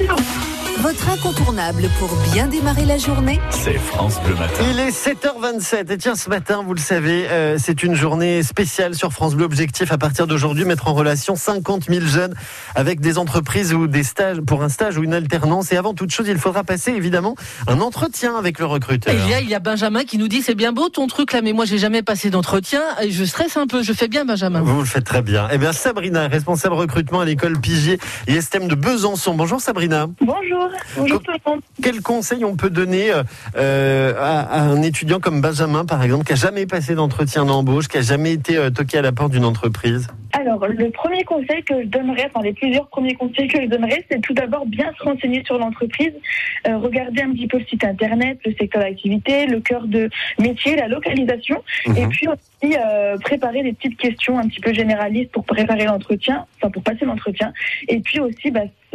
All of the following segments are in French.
sûr. Votre incontournable pour bien démarrer la journée, c'est France Bleu Matin. Il est 7h27 et tiens, ce matin, vous le savez, c'est une journée spéciale sur France Bleu. Objectif à partir d'aujourd'hui, mettre en relation 50 000 jeunes avec des entreprises ou des stages, pour un stage ou une alternance. Et avant toute chose, il faudra passer évidemment un entretien avec le recruteur. Et là, il y a Benjamin qui nous dit c'est bien beau ton truc là, mais moi j'ai jamais passé d'entretien et je stresse un peu. Je fais bien, Benjamin. Vous le faites très bien. Eh bien, Sabrina, responsable recrutement à l'école Pigier et STEM de Besançon. Bonjour Sabrina. Bonjour tout le monde. Quel conseil on peut donner à un étudiant comme Benjamin, par exemple, qui n'a jamais passé d'entretien d'embauche, qui n'a jamais été toqué à la porte d'une entreprise? Alors, le premier conseil que je donnerais, les plusieurs premiers conseils que je donnerais, c'est tout d'abord bien se renseigner sur l'entreprise, regarder un petit peu le site internet, le secteur d'activité, le cœur de métier, la localisation, et puis aussi préparer des petites questions un petit peu généralistes pour préparer l'entretien, pour passer l'entretien, et puis aussi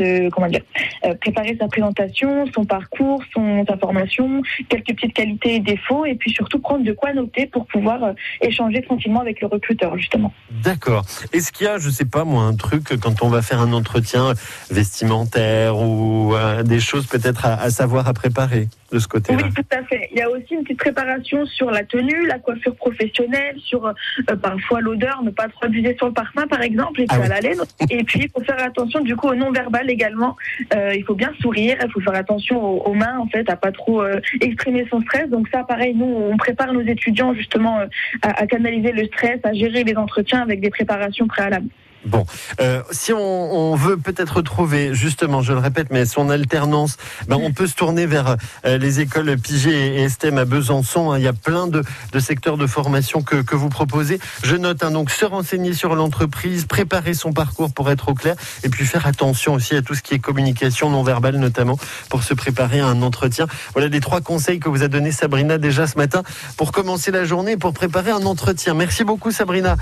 préparer sa présentation, son parcours, sa formation, quelques petites qualités et défauts, et puis surtout prendre de quoi noter pour pouvoir échanger tranquillement avec le recruteur, justement. D'accord. Est-ce qu'il y a, je sais pas moi, un truc quand on va faire un entretien vestimentaire ou des choses peut-être à savoir à préparer de ce côté-là? Oui, tout à fait. Il y a aussi une petite préparation sur la tenue, la coiffure professionnelle, sur parfois l'odeur, ne pas trop abuser sur le parfum par exemple, et puis à l'haleine. Et puis il faut faire attention du coup au non-verbal également. Il faut bien sourire, il faut faire attention aux mains en fait, à pas trop exprimer son stress. Donc ça pareil, nous on prépare nos étudiants justement à canaliser le stress, à gérer les entretiens avec des préparations préalables. Bon, si on veut peut-être retrouver, justement, je le répète, mais son alternance, on peut se tourner vers les écoles Pigier et STEM à Besançon. Il y a plein de secteurs de formation que vous proposez. Je note, donc se renseigner sur l'entreprise, préparer son parcours pour être au clair, et puis faire attention aussi à tout ce qui est communication non verbale, notamment pour se préparer à un entretien. Voilà les 3 conseils que vous a donné Sabrina déjà ce matin pour commencer la journée et pour préparer un entretien. Merci beaucoup Sabrina.